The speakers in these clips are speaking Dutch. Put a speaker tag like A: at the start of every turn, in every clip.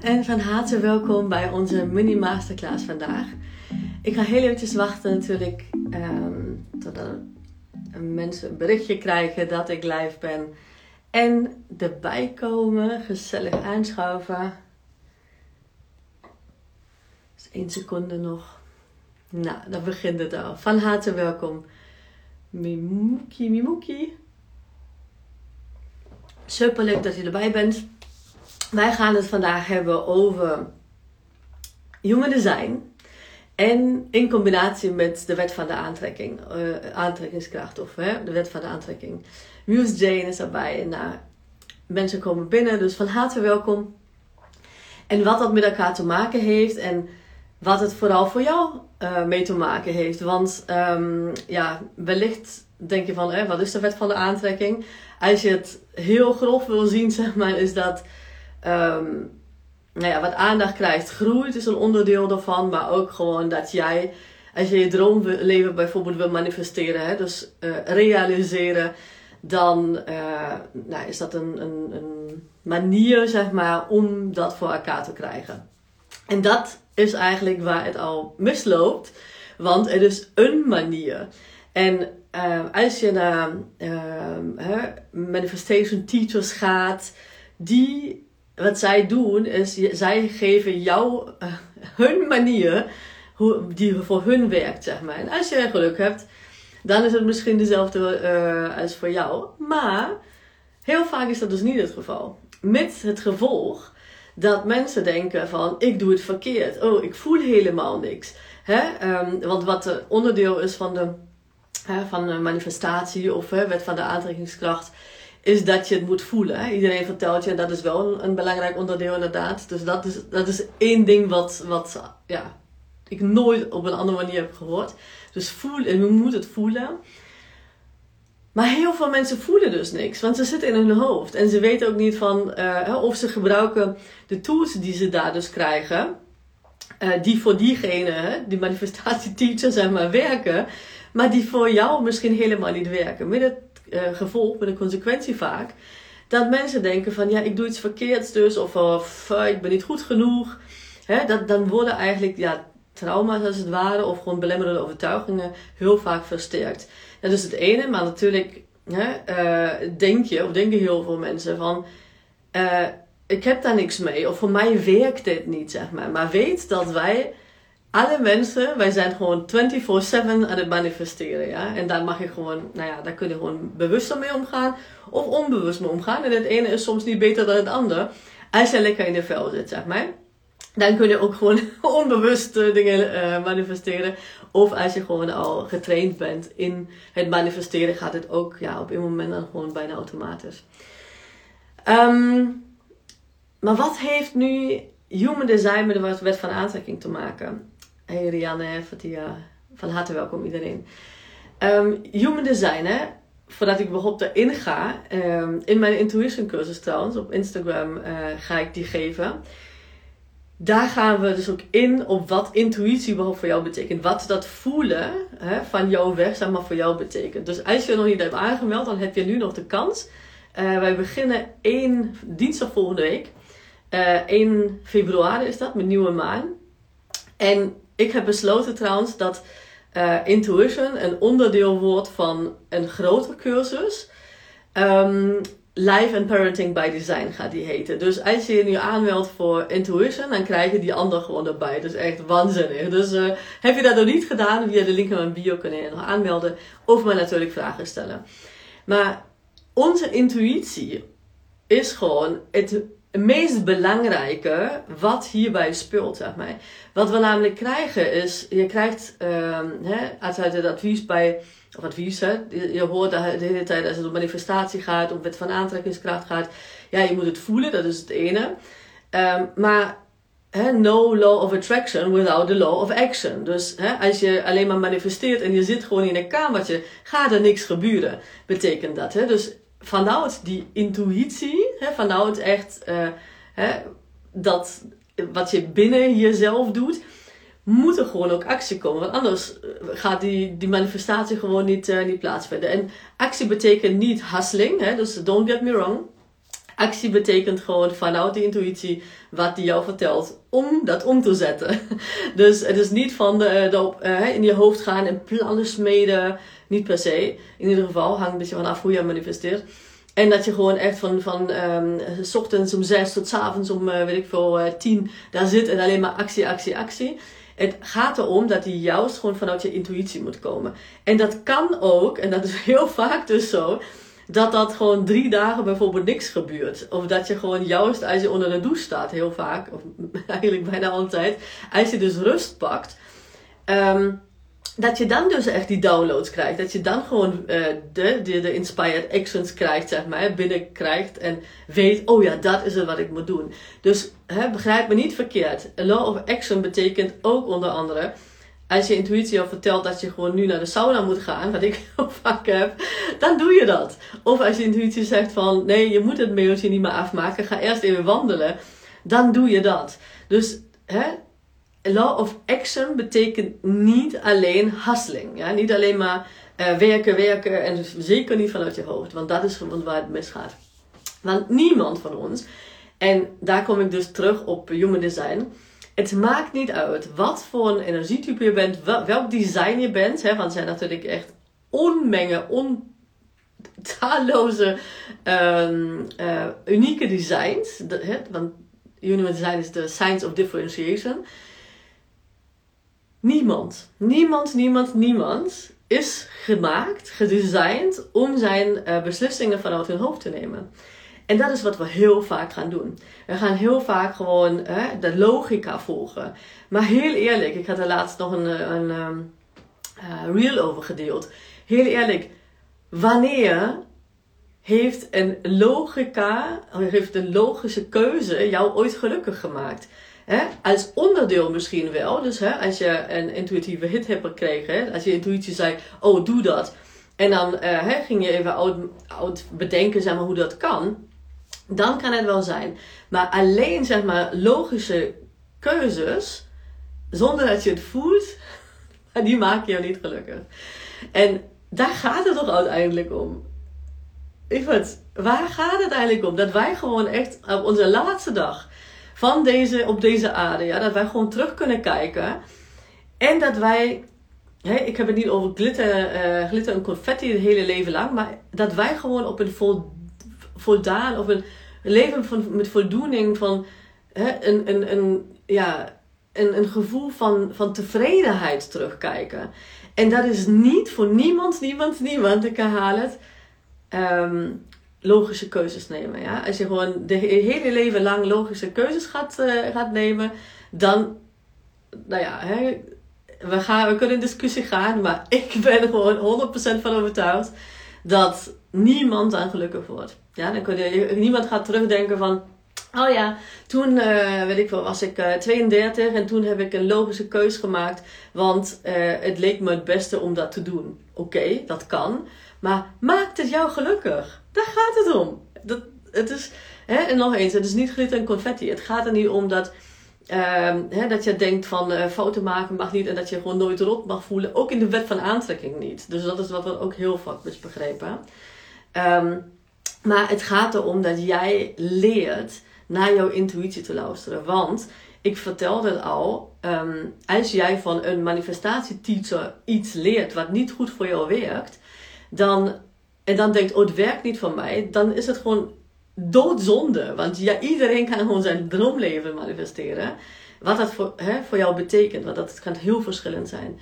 A: en van harte welkom bij onze mini masterclass vandaag. Ik ga heel eventjes wachten natuurlijk totdat mensen een berichtje krijgen dat ik live ben. En erbij komen, gezellig aanschuiven. Dus 1 seconde nog. Nou, dan begint het al. Van harte welkom. Mimoeki. Super leuk dat je erbij bent. Wij gaan het vandaag hebben over human design. En in combinatie met de wet van de aantrekking. Aantrekkingskracht of de wet van de aantrekking. Muse Jane is erbij. Nou, mensen komen binnen, dus van harte welkom. En wat dat met elkaar te maken heeft. En wat het vooral voor jou mee te maken heeft. Want wellicht denk je van, wat is de wet van de aantrekking? Als je het heel grof wil zien, zeg maar, is dat wat aandacht krijgt, groeit is een onderdeel daarvan. Maar ook gewoon dat jij, als je je droomleven bijvoorbeeld wil manifesteren, dus realiseren, dan is dat een manier, zeg maar, om dat voor elkaar te krijgen. En dat is eigenlijk waar het al misloopt, want het is een manier. En als je naar manifestation teachers gaat, wat zij doen is, zij geven jou hun manier die voor hun werkt, zeg maar. En als je geluk hebt, dan is het misschien dezelfde als voor jou. Maar heel vaak is dat dus niet het geval. Met het gevolg dat mensen denken van, ik doe het verkeerd. Oh, ik voel helemaal niks. Want wat de onderdeel is van de manifestatie of wet van de aantrekkingskracht, is dat je het moet voelen. Iedereen vertelt je, en dat is wel een belangrijk onderdeel inderdaad. Dus dat is één ding wat ik nooit op een andere manier heb gehoord. Dus voelen, je moet het voelen. Maar heel veel mensen voelen dus niks, want ze zitten in hun hoofd. En ze weten ook niet van, of ze gebruiken de tools die ze daar dus krijgen, die voor diegene, die manifestatieteacher, zeg maar, werken, maar die voor jou misschien helemaal niet werken. Met het gevolg, met de consequentie vaak, dat mensen denken van, ik doe iets verkeerds dus, of ik ben niet goed genoeg. Dan worden eigenlijk, trauma's als het ware, of gewoon belemmerende overtuigingen heel vaak versterkt. Dat is het ene, maar natuurlijk denken heel veel mensen van, ik heb daar niks mee, of voor mij werkt dit niet, zeg maar. Maar weet dat alle mensen, wij zijn gewoon 24/7 aan het manifesteren, ja. En daar mag je gewoon, daar kun je gewoon bewuster mee omgaan, of onbewust mee omgaan. En het ene is soms niet beter dan het ander, als je lekker in je vel zit, zeg maar. Dan kun je ook gewoon onbewust dingen manifesteren. Of als je gewoon al getraind bent in het manifesteren, gaat het ook op een moment dan gewoon bijna automatisch. Maar wat heeft nu human design met de wet van aantrekking te maken? Hey Rianne, Fatia, van harte welkom iedereen. Human design, voordat ik bijvoorbeeld erin ga, in mijn intuition cursus trouwens, op Instagram ga ik die geven. Daar gaan we dus ook in op wat intuïtie überhaupt voor jou betekent. Wat dat voelen van jouw weg, zeg maar, voor jou betekent. Dus als je nog niet hebt aangemeld, dan heb je nu nog de kans. Wij beginnen dinsdag volgende week. 1 februari is dat, met nieuwe maan. En ik heb besloten trouwens dat intuition een onderdeel wordt van een grotere cursus. Life and Parenting by Design gaat die heten. Dus als je je nu aanmeldt voor Intuition, dan krijg je die ander gewoon erbij. Dus echt waanzinnig. Dus heb je dat nog niet gedaan, via de link in mijn bio kun je je nog aanmelden. Of mij natuurlijk vragen stellen. Maar onze intuïtie is gewoon het meest belangrijke wat hierbij speelt, zeg maar. Wat we namelijk krijgen is, je krijgt uit het advies je hoort de hele tijd als het om manifestatie gaat, om wet van aantrekkingskracht gaat, je moet het voelen, dat is het ene. Maar no law of attraction without the law of action. Dus als je alleen maar manifesteert en je zit gewoon in een kamertje, gaat er niks gebeuren, betekent dat. Dus vanuit die intuïtie, vanuit echt dat wat je binnen jezelf doet, moet er gewoon ook actie komen. Want anders gaat die manifestatie gewoon niet plaatsvinden. En actie betekent niet hustling, dus don't get me wrong. Actie betekent gewoon vanuit die intuïtie wat die jou vertelt om dat om te zetten. Dus het is niet van in je hoofd gaan en plannen smeden. Niet per se. In ieder geval hangt een beetje vanaf hoe je manifesteert. En dat je gewoon echt van 's ochtends om 6 tot 's avonds om 10 daar zit en alleen maar actie. Het gaat erom dat die juist gewoon vanuit je intuïtie moet komen. En dat kan ook, en dat is heel vaak dus zo, dat gewoon 3 dagen bijvoorbeeld niks gebeurt. Of dat je gewoon juist als je onder de douche staat, heel vaak, of eigenlijk bijna altijd, als je dus rust pakt, dat je dan dus echt die downloads krijgt. Dat je dan gewoon de inspired actions krijgt, zeg maar, binnenkrijgt en weet, oh ja, dat is het wat ik moet doen. Dus begrijp me niet verkeerd. A law of action betekent ook onder andere, als je intuïtie jou vertelt dat je gewoon nu naar de sauna moet gaan, wat ik heel vaak heb, dan doe je dat. Of als je intuïtie zegt van, nee, je moet het mailtje niet meer afmaken, ga eerst even wandelen, dan doe je dat. Dus, law of action betekent niet alleen hustling. Ja? Niet alleen maar werken en zeker niet vanuit je hoofd. Want dat is gewoon waar het misgaat. Want niemand van ons, en daar kom ik dus terug op Human Design. Het maakt niet uit wat voor een energietype je bent, welk design je bent. Want er zijn natuurlijk echt talloze unieke designs. Want Human Design is de science of differentiation. Niemand is gedesigned om zijn beslissingen vanuit hun hoofd te nemen. En dat is wat we heel vaak gaan doen. We gaan heel vaak gewoon de logica volgen. Maar heel eerlijk, ik had er laatst nog een reel over gedeeld. Heel eerlijk, wanneer heeft een logische keuze jou ooit gelukkig gemaakt? Als onderdeel misschien wel. Dus als je een intuïtieve hit hebt gekregen. Als je intuïtie zei, oh doe dat. En dan ging je even oud bedenken, zeg maar, hoe dat kan. Dan kan het wel zijn. Maar alleen, zeg maar, logische keuzes, zonder dat je het voelt, die maken jou niet gelukkig. En daar gaat het toch uiteindelijk om. Waar gaat het eigenlijk om? Dat wij gewoon echt op onze laatste dag op deze aarde, ja, dat wij gewoon terug kunnen kijken. En dat wij, ik heb het niet over glitter en confetti het hele leven lang, maar dat wij gewoon op een voldaan, op een leven met voldoening van een gevoel van tevredenheid terugkijken. En dat is niet voor niemand, ik herhaal het, logische keuzes nemen. Ja? Als je gewoon de hele leven lang logische keuzes gaat nemen, dan, we kunnen in discussie gaan, maar ik ben er gewoon 100% van overtuigd dat niemand dan gelukkig wordt. Ja, niemand gaat terugdenken van, oh ja, toen was ik 32 en toen heb ik een logische keus gemaakt, want het leek me het beste om dat te doen. Oké, dat kan, maar maakt het jou gelukkig? Daar gaat het om. Het is, en nog eens, het is niet glitter en confetti. Het gaat er niet om dat je denkt van fouten maken mag niet en dat je gewoon nooit rot mag voelen. Ook in de wet van aantrekking niet. Dus dat is wat we ook heel vaak misbegrepen. Maar het gaat erom dat jij leert naar jouw intuïtie te luisteren. Want, ik vertelde het al, als jij van een manifestatieteacher iets leert wat niet goed voor jou werkt, dan denkt, oh, het werkt niet voor mij, dan is het gewoon doodzonde. Want iedereen kan gewoon zijn droomleven manifesteren. Wat dat voor jou betekent, want dat kan heel verschillend zijn.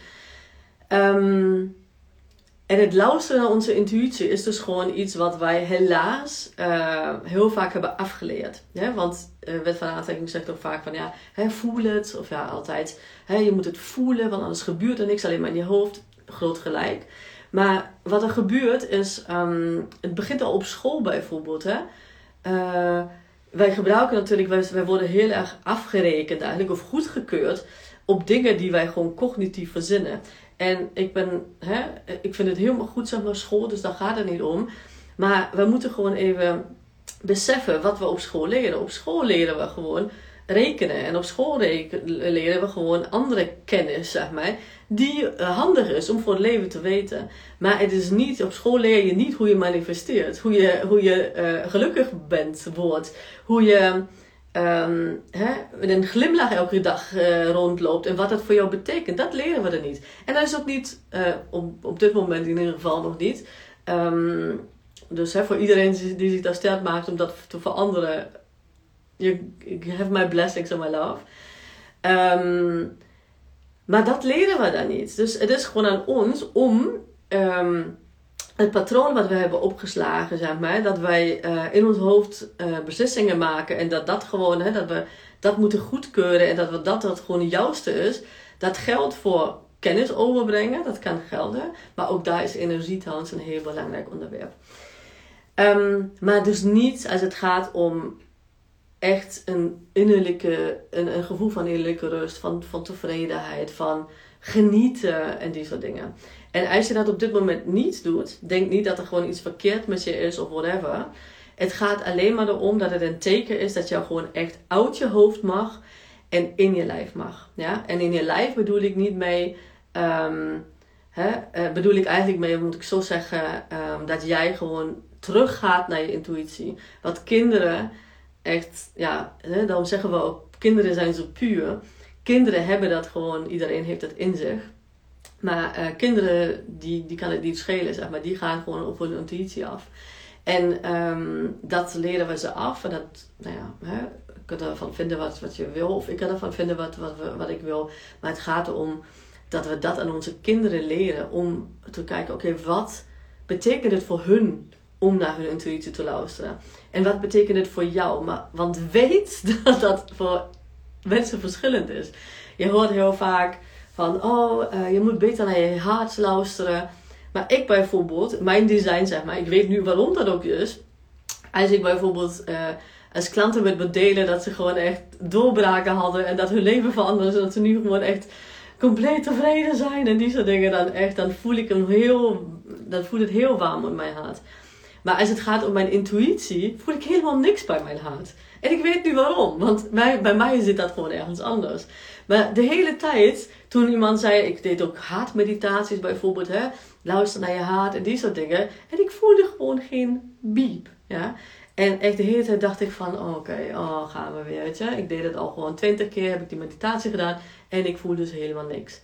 A: En het luisteren naar onze intuïtie is dus gewoon iets wat wij helaas heel vaak hebben afgeleerd. Ja? Want wet van aantrekking zegt ook vaak van voel het. Of altijd, je moet het voelen, want anders gebeurt er niks alleen maar in je hoofd. Groot gelijk. Maar wat er gebeurt is, het begint al op school bijvoorbeeld. Wij gebruiken natuurlijk, wij worden heel erg afgerekend eigenlijk, of goedgekeurd op dingen die wij gewoon cognitief verzinnen. En ik vind het helemaal goed, zeg maar, school, dus daar gaat het niet om. Maar we moeten gewoon even beseffen wat we op school leren. Op school leren we gewoon rekenen. En op school leren we gewoon andere kennis, zeg maar, die handig is om voor het leven te weten. Maar het is niet, op school leer je niet hoe je manifesteert. Hoe je gelukkig wordt. Hoe je met een glimlach elke dag rondloopt. En wat dat voor jou betekent. Dat leren we er niet. En dat is ook niet, op dit moment in ieder geval nog niet. Dus voor iedereen die zich daar sterk maakt om dat te veranderen. You have my blessings and my love. Maar dat leren we dan niet. Dus het is gewoon aan ons om het patroon wat we hebben opgeslagen, zeg maar, dat wij in ons hoofd beslissingen maken en dat gewoon, dat we dat moeten goedkeuren en dat gewoon het juiste is. Dat geldt voor kennis overbrengen, dat kan gelden, maar ook daar is energie trouwens een heel belangrijk onderwerp. Maar dus niet als het gaat om echt een gevoel van innerlijke rust, van tevredenheid, van genieten en die soort dingen. En als je dat op dit moment niet doet, denk niet dat er gewoon iets verkeerd met je is of whatever. Het gaat alleen maar erom dat het een teken is dat jou gewoon echt uit je hoofd mag en in je lijf mag. Ja? En in je lijf bedoel ik niet mee, bedoel ik eigenlijk mee, moet ik zo zeggen, dat jij gewoon teruggaat naar je intuïtie. Wat kinderen echt, daarom zeggen we ook, kinderen zijn zo puur. Kinderen hebben dat gewoon, iedereen heeft dat in zich. Maar kinderen, die kan het niet schelen, zeg maar. Die gaan gewoon op hun intuïtie af. En dat leren we ze af. En dat, je kunt ervan vinden wat je wil. Of ik kan ervan vinden wat ik wil. Maar het gaat erom dat we dat aan onze kinderen leren. Om te kijken, oké, wat betekent het voor hun om naar hun intuïtie te luisteren? En wat betekent het voor jou? Want weet dat dat voor mensen verschillend is. Je hoort heel vaak van, je moet beter naar je hart luisteren. Maar ik bijvoorbeeld, mijn design zeg maar, ik weet nu waarom dat ook is. Als ik bijvoorbeeld als klanten met me delen dat ze gewoon echt doorbraken hadden en dat hun leven veranderde, zodat ze nu gewoon echt compleet tevreden zijn en die soort dingen, dan voel ik het heel warm in mijn hart. Maar als het gaat om mijn intuïtie, voel ik helemaal niks bij mijn hart. En ik weet nu waarom, want bij mij zit dat gewoon ergens anders. Maar de hele tijd, toen iemand zei, ik deed ook hartmeditaties bijvoorbeeld, luister naar je hart en die soort dingen. En ik voelde gewoon geen biep. Ja? En echt de hele tijd dacht ik van, gaan we weer, weet je. Ik deed het al gewoon 20 keer, heb ik die meditatie gedaan en ik voelde dus helemaal niks.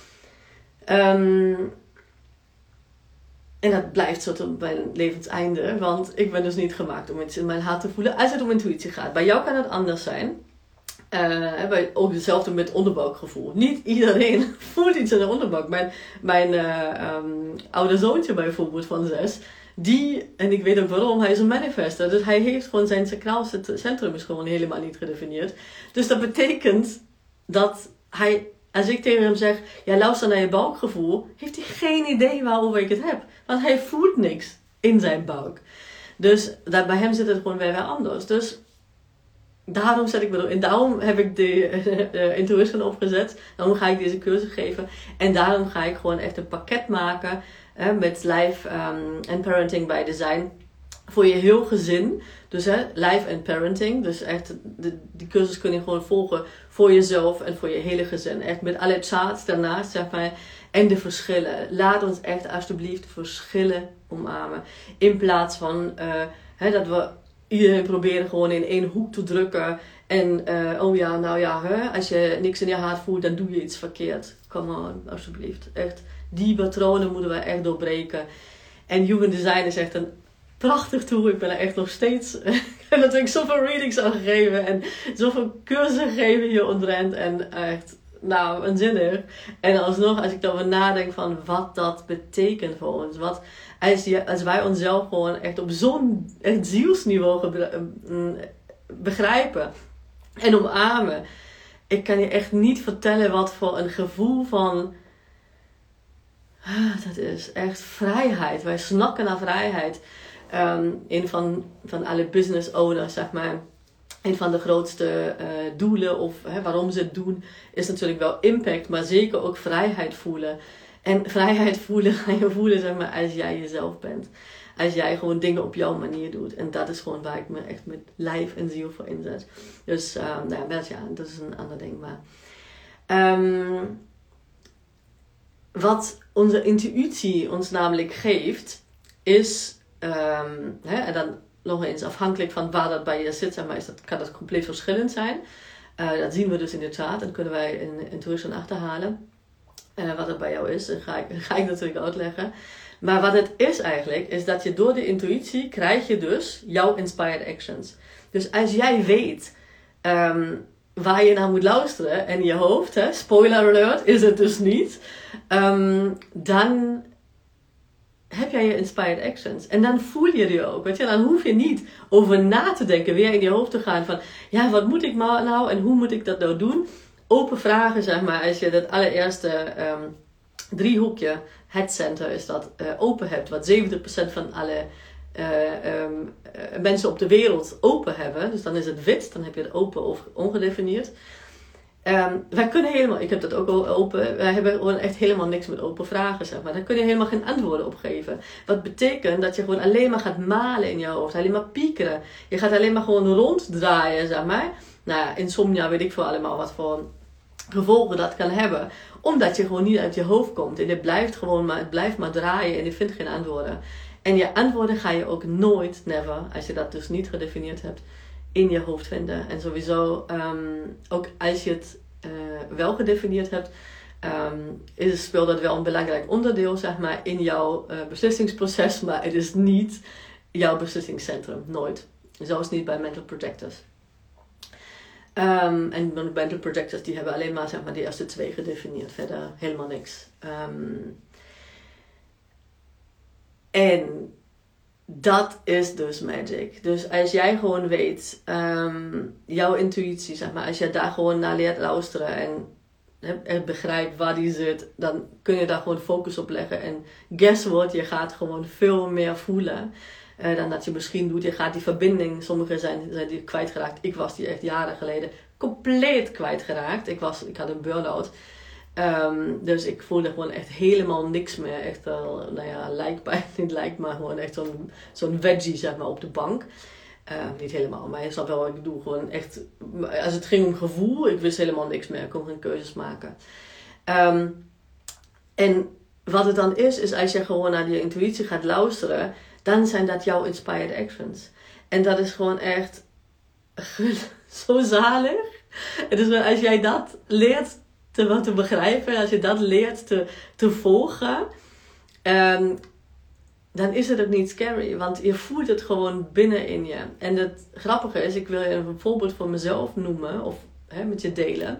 A: En dat blijft zo tot mijn levenseinde. Want ik ben dus niet gemaakt om iets in mijn hart te voelen als het om intuïtie gaat. Bij jou kan het anders zijn. Ook hetzelfde met onderbuikgevoel. Niet iedereen voelt iets in de onderbuik. Mijn oude zoontje bijvoorbeeld van 6. En ik weet ook waarom, hij is een manifester. Dus hij heeft gewoon zijn sacraal centrum is gewoon helemaal niet gedefinieerd. Dus dat betekent dat hij, als ik tegen hem zeg, luister naar je buikgevoel, heeft hij geen idee waarover ik het heb. Want hij voelt niks in zijn buik. Dus bij hem zit het gewoon weer anders. Dus daarom daarom heb ik de intuition opgezet. Daarom ga ik deze cursus geven. En daarom ga ik gewoon echt een pakket maken met life en parenting by design. Voor je heel gezin. Dus life en parenting. Dus echt, die cursus kun je gewoon volgen voor jezelf en voor je hele gezin. Echt met alle charts daarnaast, zeg maar. En de verschillen. Laat ons echt alsjeblieft verschillen omarmen. In plaats van dat we iedereen proberen gewoon in één hoek te drukken. En als je niks in je hart voelt, dan doe je iets verkeerd. Come on, alsjeblieft. Echt, die patronen moeten we echt doorbreken. En Human Design is echt een prachtig tool. Ik ben er echt nog steeds. Ik heb natuurlijk zoveel readings aan gegeven. En zoveel cursussen gegeven hier omtrent. En echt, waanzinnig. En alsnog, als ik daarover nadenk van wat dat betekent voor ons. Als wij onszelf gewoon echt op zo'n echt zielsniveau begrijpen. En omarmen. Ik kan je echt niet vertellen wat voor een gevoel van dat is echt vrijheid. Wij snakken naar vrijheid. Een van alle business owners, zeg maar. Een van de grootste doelen of waarom ze het doen, is natuurlijk wel impact, maar zeker ook vrijheid voelen. En vrijheid voelen ga je voelen, zeg maar, als jij jezelf bent. als jij gewoon dingen op jouw manier doet. En dat is gewoon waar ik me echt met lijf en ziel voor inzet. Dus dat is een ander ding. Maar wat onze intuïtie ons namelijk geeft, is, en dan nog eens afhankelijk van waar dat bij je zit, zeg maar, kan dat compleet verschillend zijn. Dat zien we dus in de chart en kunnen wij in intuition achterhalen. Wat het bij jou is, dat ga ik natuurlijk uitleggen. Maar wat het is eigenlijk, is dat je door de intuïtie krijg je dus jouw inspired actions. Dus als jij weet waar je naar moet luisteren en in je hoofd, spoiler alert, is het dus niet, dan heb jij je inspired actions. En dan voel je die ook. Weet je? Dan hoef je niet over na te denken, weer in je hoofd te gaan van, ja, wat moet ik nou en hoe moet ik dat nou doen? Open vragen, zeg maar, als je dat allereerste driehoekje, het center is dat, open hebt, wat 70% van alle mensen op de wereld open hebben. Dus dan is het wit, dan heb je het open of ongedefinieerd. Wij kunnen helemaal, ik heb dat ook al open, wij hebben gewoon echt helemaal niks met open vragen, zeg maar. Daar kun je helemaal geen antwoorden op geven. Wat betekent dat je gewoon alleen maar gaat malen in je hoofd, alleen maar piekeren. Je gaat alleen maar gewoon ronddraaien, zeg maar. Nou ja, insomnia weet ik veel allemaal wat voor gevolgen dat kan hebben. Omdat je gewoon niet uit je hoofd komt. En het blijft maar draaien en je vindt geen antwoorden. En je antwoorden ga je ook nooit, never, als je dat dus niet gedefinieerd hebt, in je hoofd vinden. En sowieso, ook als je het wel gedefinieerd hebt, speelt dat wel een belangrijk onderdeel, zeg maar, in jouw beslissingsproces. Maar het is niet jouw beslissingscentrum. Nooit. Zelfs niet bij mental projectors. En mental projectors die hebben alleen maar, zeg maar, die eerste 2 gedefinieerd. Verder helemaal niks. En dat is dus magic. Dus als jij gewoon weet, jouw intuïtie, zeg maar, als je daar gewoon naar leert luisteren en begrijpt waar die zit, dan kun je daar gewoon focus op leggen. En guess what, je gaat gewoon veel meer voelen dan dat je misschien doet. Je gaat die verbinding, sommigen zijn die kwijtgeraakt. Ik was die echt jaren geleden compleet kwijtgeraakt. Ik had een burn-out. Dus ik voelde gewoon echt helemaal niks meer. Echt wel, lijkt maar gewoon echt zo'n veggie, zeg maar, op de bank. Niet helemaal, maar je snapt wel wat ik bedoel. Gewoon echt, als het ging om gevoel, ik wist helemaal niks meer. Ik kon geen keuzes maken. En wat het dan is als je gewoon naar die intuïtie gaat luisteren, dan zijn dat jouw inspired actions. En dat is gewoon echt zo zalig. En dus als jij dat leert te begrijpen, als je dat leert te volgen, dan is het ook niet scary. Want je voelt het gewoon binnen in je. En het grappige is, ik wil je een voorbeeld van mezelf noemen, of met je delen.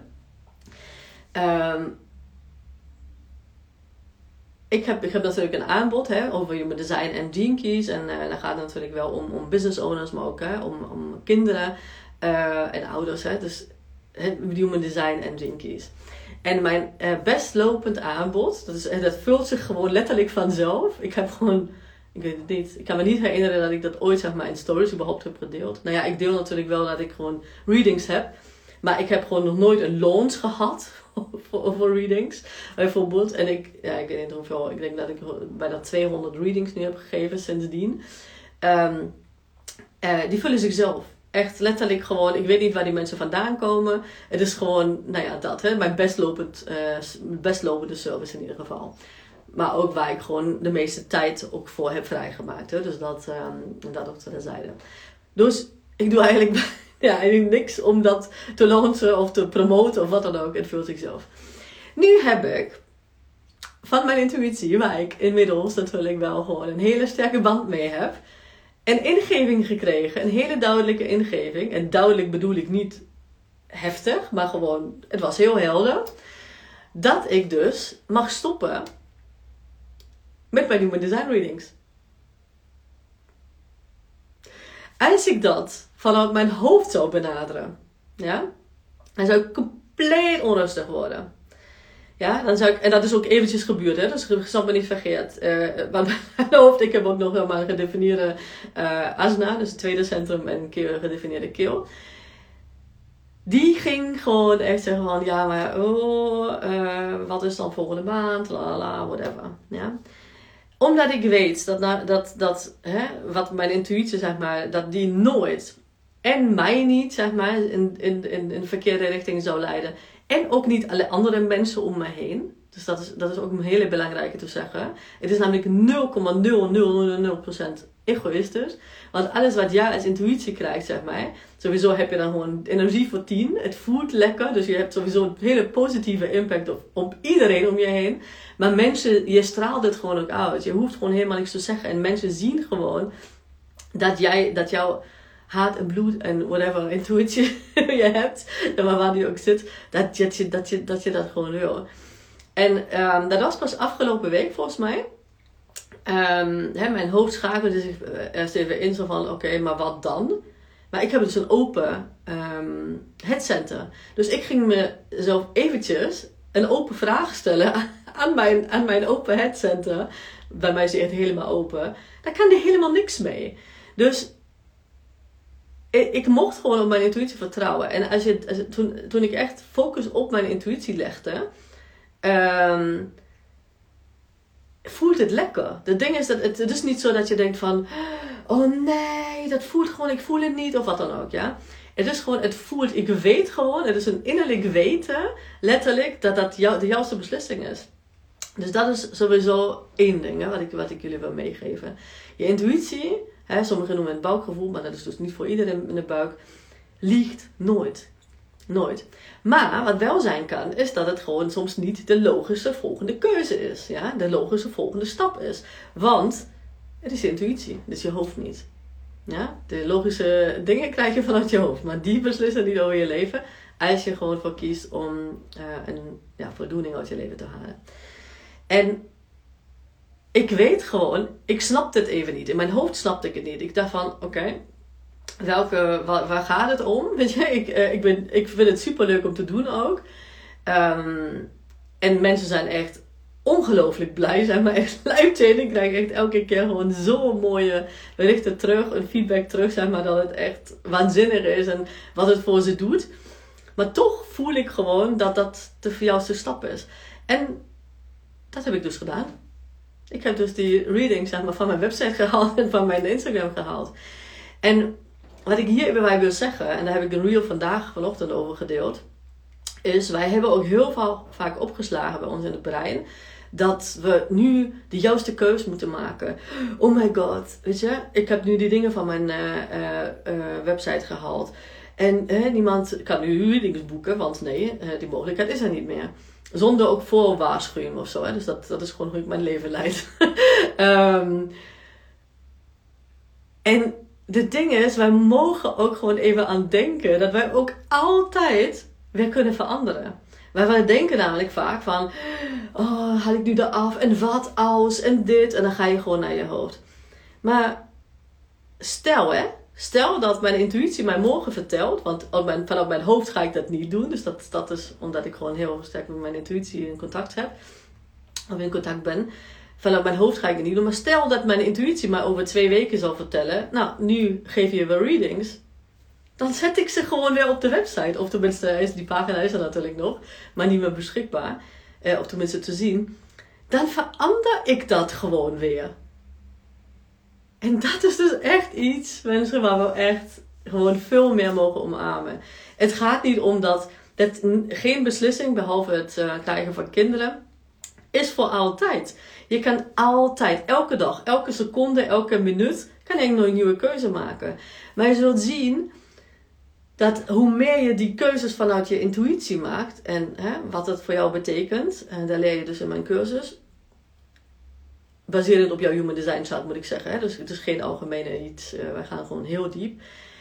A: Ik heb natuurlijk een aanbod over human design en gene keys. En dan gaat het natuurlijk wel om business owners, maar ook om kinderen en ouders. Dus human design en gene keys. En mijn best lopend aanbod, dat vult zich gewoon letterlijk vanzelf. Ik weet het niet. Ik kan me niet herinneren dat ik dat ooit, zeg maar, in stories überhaupt heb gedeeld. Nou ja, ik deel natuurlijk wel dat ik gewoon readings heb. Maar ik heb gewoon nog nooit een launch gehad voor readings, bijvoorbeeld. En ik weet niet hoeveel, ik denk dat ik bijna 200 readings nu heb gegeven sindsdien. Die vullen zichzelf. Echt letterlijk gewoon, ik weet niet waar die mensen vandaan komen. Het is gewoon, dat. Mijn best lopende service in ieder geval. Maar ook waar ik gewoon de meeste tijd ook voor heb vrijgemaakt. Dus dat ook te zijde. Dus ik doe eigenlijk niks om dat te launchen of te promoten of wat dan ook. Het vult zichzelf. Nu heb ik van mijn intuïtie, waar ik inmiddels natuurlijk wel gewoon een hele sterke band mee heb, een ingeving gekregen. Een hele duidelijke ingeving. En duidelijk bedoel ik niet heftig, maar gewoon, het was heel helder. Dat ik dus mag stoppen met mijn human design readings. Als ik dat vanuit mijn hoofd zou benaderen, dan zou ik compleet onrustig worden. Ja, dan zou ik, en dat is ook eventjes gebeurd, dus ik zal me niet vergeet. Want mijn hoofd, ik heb ook nog wel maar een gedefinieerde asana, dus het tweede centrum en een gedefinieerde keel. Die ging gewoon echt zeggen van, ja, maar wat is dan volgende maand, whatever. Ja. Omdat ik weet wat mijn intuïtie, zeg maar, dat die nooit en mij niet, zeg maar, in de verkeerde richting zou leiden. En ook niet alle andere mensen om me heen. Dus dat is ook een hele belangrijke te zeggen. Het is namelijk 0,0000% egoïstisch. Want alles wat jij als intuïtie krijgt, zeg maar. Sowieso heb je dan gewoon energie voor 10. Het voelt lekker. Dus je hebt sowieso een hele positieve impact op iedereen om je heen. Maar mensen, je straalt het gewoon ook uit. Je hoeft gewoon helemaal niks te zeggen. En mensen zien gewoon dat jouw hart en bloed en whatever intuïtie je hebt. Maar waar die ook zit. Dat je dat gewoon wil. En dat was pas afgelopen week volgens mij. Mijn hoofd schakelde zich eerst even in zo van oké, maar wat dan? Maar ik heb dus een open headcenter. Dus ik ging mezelf eventjes een open vraag stellen aan mijn open headcenter. Bij mij is die echt helemaal open. Daar kan die helemaal niks mee. Dus ik mocht gewoon op mijn intuïtie vertrouwen. En toen ik echt focus op mijn intuïtie legde, voelt het lekker. Het ding is dat het is niet zo dat je denkt van, oh nee, dat voelt gewoon, ik voel het niet of wat dan ook, ja. Het is gewoon, het voelt, ik weet gewoon, het is een innerlijk weten, letterlijk, dat de juiste beslissing is. Dus dat is sowieso één ding, hè, wat ik jullie wil meegeven. Je intuïtie, sommigen noemen het buikgevoel, maar dat is dus niet voor iedereen in de buik, liegt nooit. Nooit. Maar wat wel zijn kan, is dat het gewoon soms niet de logische volgende keuze is. Ja? De logische volgende stap is. Want het is intuïtie, dus je hoofd niet. Ja? De logische dingen krijg je vanuit je hoofd, maar die beslissen niet over je leven als je gewoon voor kiest om een voldoening uit je leven te halen. En ik weet gewoon, ik snapte het even niet. In mijn hoofd snapte ik het niet. Ik dacht van, oké. Waar gaat het om? Weet je, ik vind het super leuk om te doen ook. En mensen zijn echt ongelooflijk blij. Zijn maar echt live-changing. Ik krijg echt elke keer gewoon zo'n mooie berichten terug. Een feedback terug. Zeg maar dat het echt waanzinnig is. En wat het voor ze doet. Maar toch voel ik gewoon dat de juiste stap is. En dat heb ik dus gedaan. Ik heb dus die reading, zeg maar, van mijn website gehaald. En van mijn Instagram gehaald. En wat ik hier bij wil zeggen, en daar heb ik een reel vanochtend over gedeeld, is wij hebben ook heel vaak opgeslagen bij ons in het brein, dat we nu de juiste keus moeten maken. Oh my god, weet je, ik heb nu die dingen van mijn website gehaald. En niemand kan nu readings boeken, want nee, die mogelijkheid is er niet meer. Zonder ook voorwaarschuwing of zo. Hè? Dus dat is gewoon hoe ik mijn leven leid. En het ding is, wij mogen ook gewoon even aan denken dat wij ook altijd weer kunnen veranderen. Wij denken namelijk vaak van, oh, haal ik nu eraf en wat als en dit. En dan ga je gewoon naar je hoofd. Maar stel dat mijn intuïtie mij morgen vertelt, want vanuit mijn hoofd ga ik dat niet doen. Dus dat is omdat ik gewoon heel sterk met mijn intuïtie in contact heb. Of in contact ben. Vanuit mijn hoofd ga ik het niet doen. Maar stel dat mijn intuïtie mij over 2 weken zal vertellen, nou, nu geef je weer readings. Dan zet ik ze gewoon weer op de website. Of tenminste, die pagina is er natuurlijk nog. Maar niet meer beschikbaar. Of tenminste te zien. Dan verander ik dat gewoon weer. En dat is dus echt iets, mensen, waar we echt gewoon veel meer mogen omarmen. Het gaat niet om dat geen beslissing, behalve het krijgen van kinderen, is voor altijd. Je kan altijd, elke dag, elke seconde, elke minuut, kan je nog een nieuwe keuze maken. Maar je zult zien dat hoe meer je die keuzes vanuit je intuïtie maakt, en wat het voor jou betekent, en daar leer je dus in mijn cursus, baserend op jouw human design chart moet ik zeggen. Hè? Dus het is geen algemene iets. Wij gaan gewoon heel diep.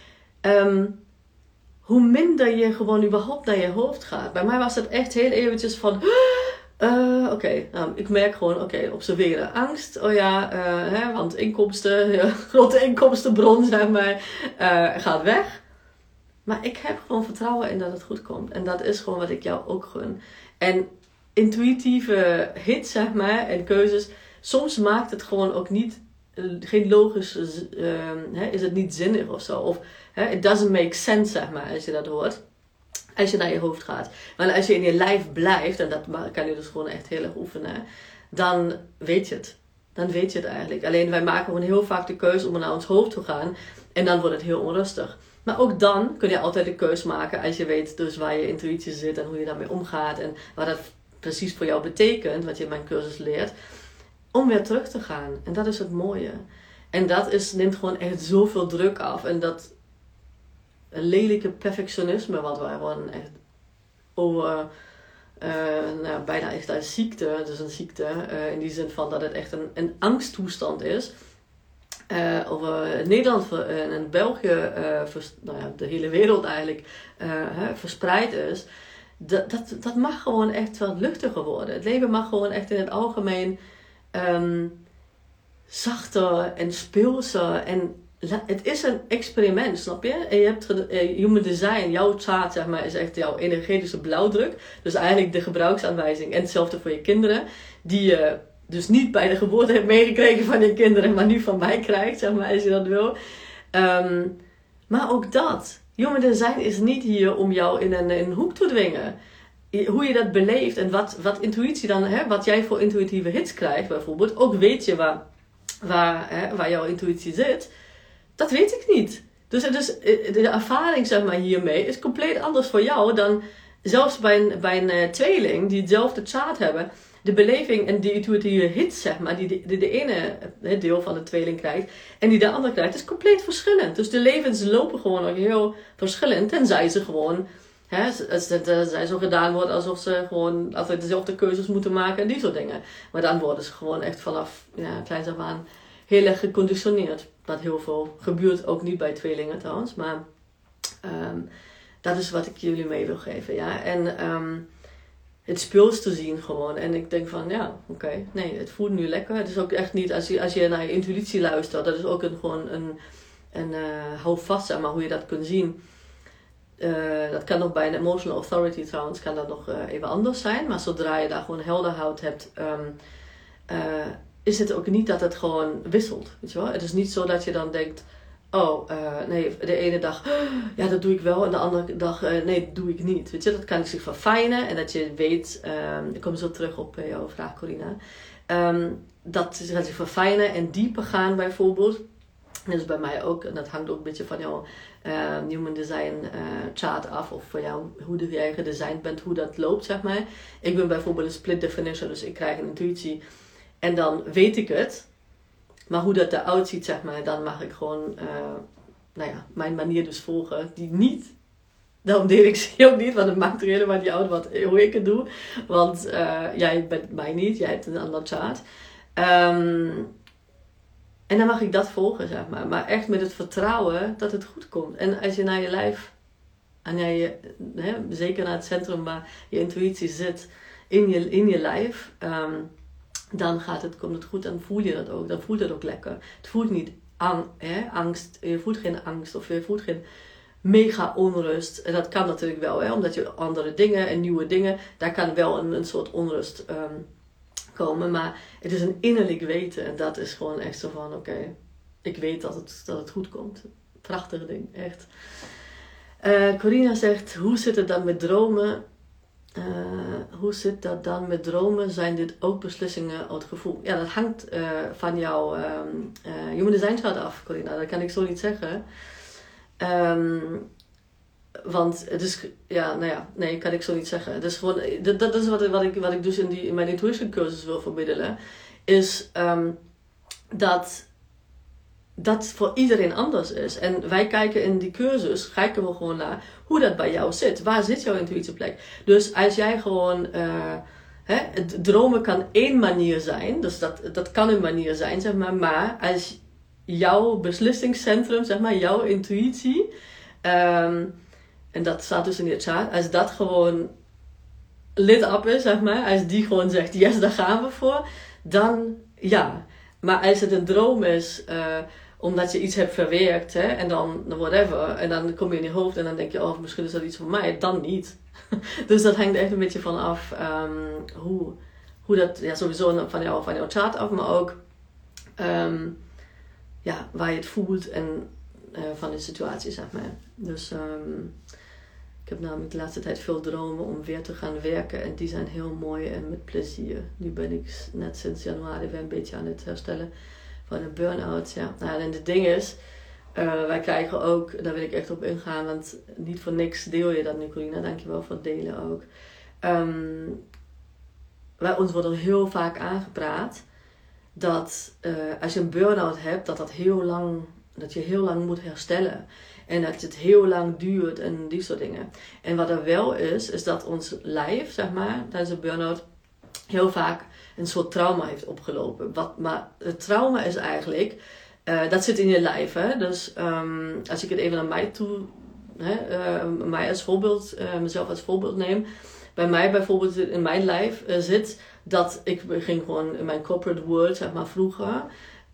A: Hoe minder je gewoon überhaupt naar je hoofd gaat. Bij mij was het echt heel eventjes van, oké, ik merk gewoon, observeren. Angst, want inkomsten, grote inkomstenbron, zeg maar, gaat weg. Maar ik heb gewoon vertrouwen in dat het goed komt. En dat is gewoon wat ik jou ook gun. En intuïtieve hits, zeg maar, en keuzes, soms maakt het gewoon ook niet, geen logisch, is het niet zinnig of zo. Of it doesn't make sense, zeg maar, als je dat hoort. Als je naar je hoofd gaat. Maar als je in je lijf blijft, en dat kan je dus gewoon echt heel erg oefenen, dan weet je het. dan weet je het eigenlijk. Alleen wij maken gewoon heel vaak de keuze om naar ons hoofd te gaan. En dan wordt het heel onrustig. Maar ook dan kun je altijd de keuze maken als je weet dus waar je intuïtie zit en hoe je daarmee omgaat. En wat dat precies voor jou betekent, wat je in mijn cursus leert. Om weer terug te gaan. En dat is het mooie. En dat neemt gewoon echt zoveel druk af. En dat lelijke perfectionisme wat wij gewoon echt over... bijna echt een ziekte. Het is een ziekte in die zin van dat het echt een angsttoestand is. Over Nederland en België, de hele wereld eigenlijk verspreid is. Dat mag gewoon echt wat luchtiger worden. Het leven mag gewoon echt in het algemeen zachter en speelser. En het is een experiment, snap je? En je hebt Human Design, jouw chart zeg maar, is echt jouw energetische blauwdruk. Dus eigenlijk de gebruiksaanwijzing. En hetzelfde voor je kinderen. Die je dus niet bij de geboorte hebt meegekregen van je kinderen, maar nu van mij krijgt, zeg maar, als je dat wil. Maar ook dat. Human Design is niet hier om jou in een hoek te dwingen. Hoe je dat beleeft en wat intuïtie dan, wat jij voor intuïtieve hits krijgt bijvoorbeeld. Ook weet je waar jouw intuïtie zit. Dat weet ik niet. Dus de ervaring zeg maar, hiermee is compleet anders voor jou dan zelfs bij een tweeling die hetzelfde chart hebben. De beleving en die intuïtieve hits, zeg maar, die de ene deel van de tweeling krijgt en die de andere krijgt, is compleet verschillend. Dus de levens lopen gewoon ook heel verschillend, tenzij ze gewoon, zij zo gedaan wordt alsof ze gewoon altijd dezelfde keuzes moeten maken en die soort dingen. Maar dan worden ze gewoon echt vanaf kleins af aan heel erg geconditioneerd. Dat heel veel gebeurt, ook niet bij tweelingen trouwens, maar dat is wat ik jullie mee wil geven. Ja? En het speels te zien gewoon. En ik denk van, nee, het voelt nu lekker. Het is ook echt niet, als je naar je intuïtie luistert, dat is ook gewoon een hou vast, zeg maar, hoe je dat kunt zien. Dat kan nog bij een emotional authority trouwens, kan dat nog even anders zijn. Maar zodra je daar gewoon helderheid hebt, is het ook niet dat het gewoon wisselt. Weet je wel? Het is niet zo dat je dan denkt, de ene dag, dat doe ik wel. En de andere dag, nee, dat doe ik niet. Weet je, dat kan zich verfijnen. En dat je weet, ik kom zo terug op jouw vraag, Corina. Dat gaat zich verfijnen en dieper gaan bijvoorbeeld. Dat is bij mij ook, en dat hangt ook een beetje van jouw Human Design chart af. Of van jou, hoe jij gedesigned bent, hoe dat loopt, zeg maar. Ik ben bijvoorbeeld een split definition, dus ik krijg een intuïtie. En dan weet ik het. Maar hoe dat eruit ziet, zeg maar, dan mag ik gewoon mijn manier dus volgen. Die niet. Daarom deel ik ze ook niet, want het maakt er helemaal niet uit hoe ik het doe. Want jij bent mij niet, jij hebt een ander chart. En dan mag ik dat volgen, zeg maar. Maar echt met het vertrouwen dat het goed komt. En als je naar je lijf, zeker naar het centrum waar je intuïtie zit, in je lijf, dan komt het goed en voel je dat ook. Dan voelt het ook lekker. Het voelt niet angst. Je voelt geen angst of je voelt geen mega onrust. En dat kan natuurlijk wel, omdat je andere dingen en nieuwe dingen, daar kan wel een soort onrust komen. Maar het is een innerlijk weten. En dat is gewoon echt zo van, oké, ik weet dat het goed komt. Prachtig ding, echt. Corina zegt, hoe zit het dan met dromen? Hoe zit dat dan met dromen? Zijn dit ook beslissingen uit gevoel? Ja, dat hangt van jouw Human Design chart af, Corina. Dat kan ik zo niet zeggen. Want het is, nee, kan ik zo niet zeggen. Het is gewoon, dat is wat ik dus in mijn intuition cursus wil vermiddelen. Is dat voor iedereen anders is. En wij kijken in die cursus, kijken we gewoon naar hoe dat bij jou zit. Waar zit jouw intuïtieplek? Dus als jij gewoon, het dromen kan één manier zijn. Dus dat kan een manier zijn, zeg maar. Maar als jouw beslissingscentrum, zeg maar, jouw intuïtie, en dat staat dus in je chart, als dat gewoon lit up is, zeg maar. Als die gewoon zegt, yes, daar gaan we voor. Dan ja. Maar als het een droom is, omdat je iets hebt verwerkt, en dan whatever, en dan kom je in je hoofd en dan denk je, misschien is dat iets voor mij, dan niet. Dus dat hangt echt een beetje van af hoe dat, sowieso van jouw chart af, maar ook waar je het voelt en van de situatie, zeg maar. Dus Ik heb namelijk de laatste tijd veel dromen om weer te gaan werken. En die zijn heel mooi en met plezier. Nu ben ik net sinds januari weer een beetje aan het herstellen van een burn-out. Ja. Nou, en het ding is, wij krijgen ook, daar wil ik echt op ingaan. Want niet voor niks deel je dat, Nicolina. Dankjewel voor het delen ook. Ons wordt er heel vaak aangepraat dat als je een burn-out hebt, dat je heel lang moet herstellen. En dat het heel lang duurt en die soort dingen. En wat er wel is dat ons lijf, zeg maar, tijdens een burn-out heel vaak een soort trauma heeft opgelopen. Maar het trauma is eigenlijk, dat zit in je lijf. Hè? Dus als ik het even naar mij toe, mij als voorbeeld, mezelf als voorbeeld neem. Bij mij bijvoorbeeld in mijn lijf zit dat ik ging gewoon in mijn corporate world, zeg maar vroeger.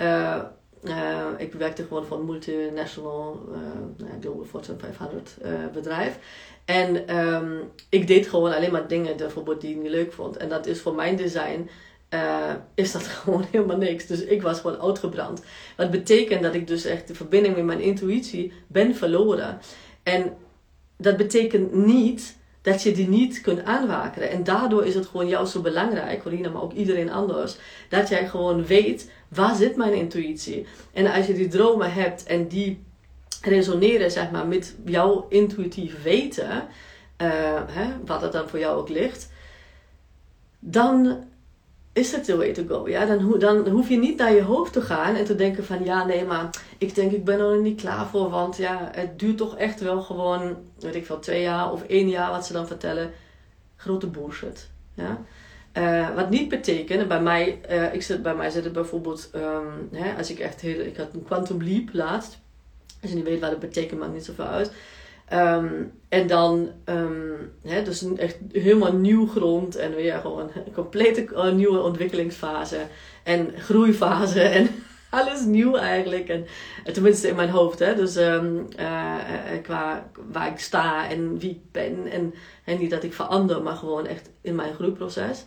A: Ik werkte gewoon voor een multinational Global Fortune 500 bedrijf. En ik deed gewoon alleen maar dingen bijvoorbeeld die ik niet leuk vond. En dat is voor mijn design is dat gewoon helemaal niks. Dus ik was gewoon uitgebrand. Wat betekent dat ik dus echt de verbinding met mijn intuïtie ben verloren. En dat betekent niet dat je die niet kunt aanwakeren. En daardoor is het gewoon jou zo belangrijk, Corina, maar ook iedereen anders, dat jij gewoon weet, waar zit mijn intuïtie? En als je die dromen hebt en die resoneren, zeg maar, met jouw intuïtief weten, wat het dan voor jou ook ligt, dan is het the way to go. Ja? Dan hoef je niet naar je hoofd te gaan en te denken van, ja, nee, maar ik denk ik ben er nog niet klaar voor, want ja, het duurt toch echt wel gewoon, weet ik veel, 2 jaar of 1 jaar, wat ze dan vertellen. Grote bullshit. Ja? Wat niet betekent, bij mij zit het bijvoorbeeld, als ik echt ik had een quantum leap laatst. Als je niet weet wat het betekent, maakt niet zoveel uit. En dan, dus echt helemaal nieuw grond en weer gewoon een complete nieuwe ontwikkelingsfase en groeifase en alles nieuw eigenlijk. En tenminste in mijn hoofd, hè. Dus qua waar ik sta en wie ik ben en niet dat ik verander, maar gewoon echt in mijn groeiproces.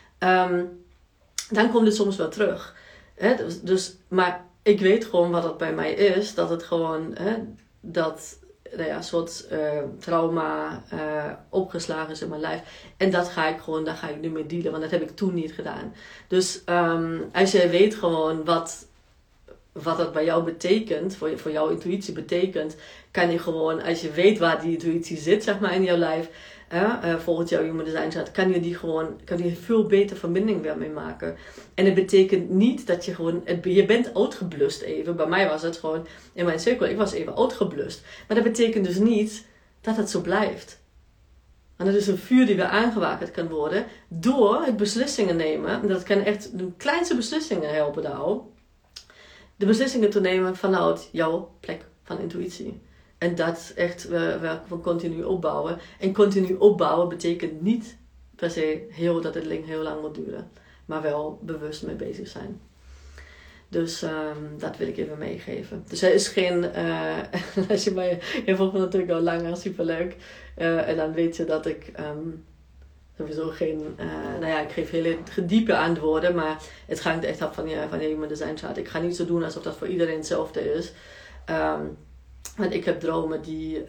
A: Dan komt het soms wel terug. Hè? Maar ik weet gewoon wat het bij mij is, dat het gewoon, een soort trauma opgeslagen is in mijn lijf. En daar ga ik nu mee dealen, want dat heb ik toen niet gedaan. Dus als jij weet gewoon wat dat bij jou betekent, voor jouw intuïtie betekent, kan je gewoon, als je weet waar die intuïtie zit, zeg maar, in jouw lijf, volgens jouw human design chart, kan je veel beter verbinding weer mee maken. En het betekent niet dat je gewoon, je bent uitgeblust even. Bij mij was het gewoon, in mijn cirkel, ik was even uitgeblust. Maar dat betekent dus niet dat het zo blijft. En dat is een vuur die weer aangewakerd kan worden door het beslissingen nemen. En dat kan echt de kleinste beslissingen helpen daar al. De beslissingen te nemen vanuit jouw plek van intuïtie. En dat echt we continu opbouwen. En continu opbouwen betekent niet per se dat het heel lang moet duren. Maar wel bewust mee bezig zijn. Dus dat wil ik even meegeven. Dus er is geen, als je mij volgt natuurlijk al langer, superleuk. En dan weet je dat ik sowieso geen, ik geef hele diepe antwoorden. Maar het hangt echt af van je human design chart. Ik ga niet zo doen alsof dat voor iedereen hetzelfde is. Want ik heb dromen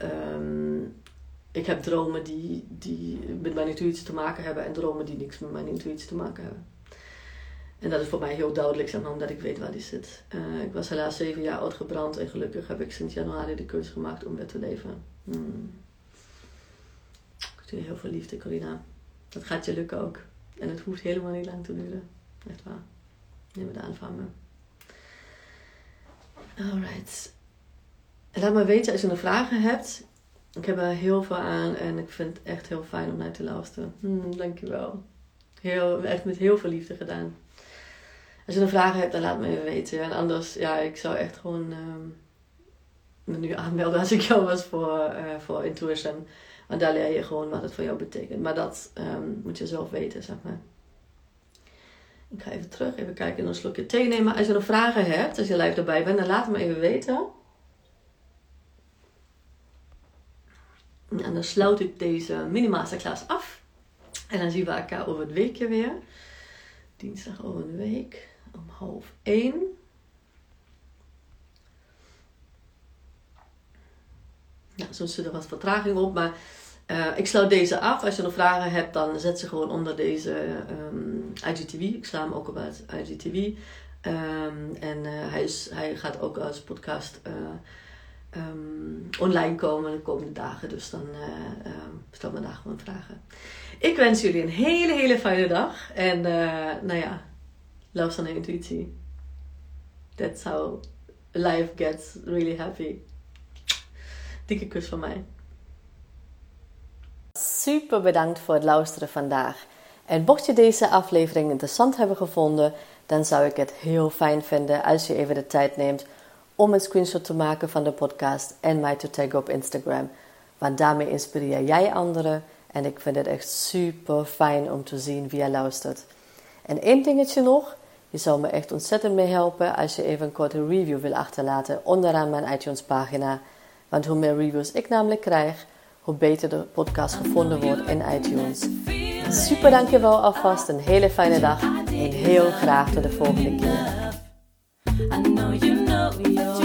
A: die met mijn intuïtie te maken hebben. En dromen die niks met mijn intuïtie te maken hebben. En dat is voor mij heel duidelijk, zeg maar, omdat ik weet waar die zit. Ik was helaas 7 jaar uitgebrand. En gelukkig heb ik sinds januari de keuze gemaakt om weer te leven. Ik stuur je heel veel liefde, Corina. Dat gaat je lukken ook. En het hoeft helemaal niet lang te duren. Echt waar. Neem het aan van me. Alright. En laat me weten als je nog vragen hebt. Ik heb er heel veel aan en ik vind het echt heel fijn om naar te luisteren. Dankjewel. Echt met heel veel liefde gedaan. Als je nog vragen hebt, dan laat me even weten. En anders, ja, ik zou echt gewoon me nu aanmelden als ik jou was voor Intuition. Want daar leer je gewoon wat het voor jou betekent. Maar dat moet je zelf weten, zeg maar. Ik ga even terug, even kijken en een slokje thee nemen. Als je nog vragen hebt, als je live erbij bent, dan laat me even weten. En dan sluit ik deze mini-masterclass af. En dan zien we elkaar over het weekje weer. Dinsdag over een week. Om 12:30. Nou, soms zit er wat vertraging op. Maar Ik sluit deze af. Als je nog vragen hebt, dan zet ze gewoon onder deze IGTV. Ik sla hem ook op uit IGTV. Hij gaat ook als podcast online komen de komende dagen. Dus dan stel me daar gewoon vragen. Ik wens jullie een hele, hele fijne dag. En luister naar intuïtie. That's how life gets really happy. Dikke kus van mij. Super bedankt voor het luisteren vandaag. En mocht je deze aflevering interessant hebben gevonden, dan zou ik het heel fijn vinden als je even de tijd neemt om een screenshot te maken van de podcast en mij te taggen op Instagram. Want daarmee inspireer jij anderen en ik vind het echt super fijn om te zien wie je luistert. En één dingetje nog, je zou me echt ontzettend mee helpen als je even een korte review wil achterlaten onderaan mijn iTunes pagina. Want hoe meer reviews ik namelijk krijg, hoe beter de podcast gevonden wordt in iTunes. Super dankjewel alvast, een hele fijne dag en heel graag tot de volgende keer.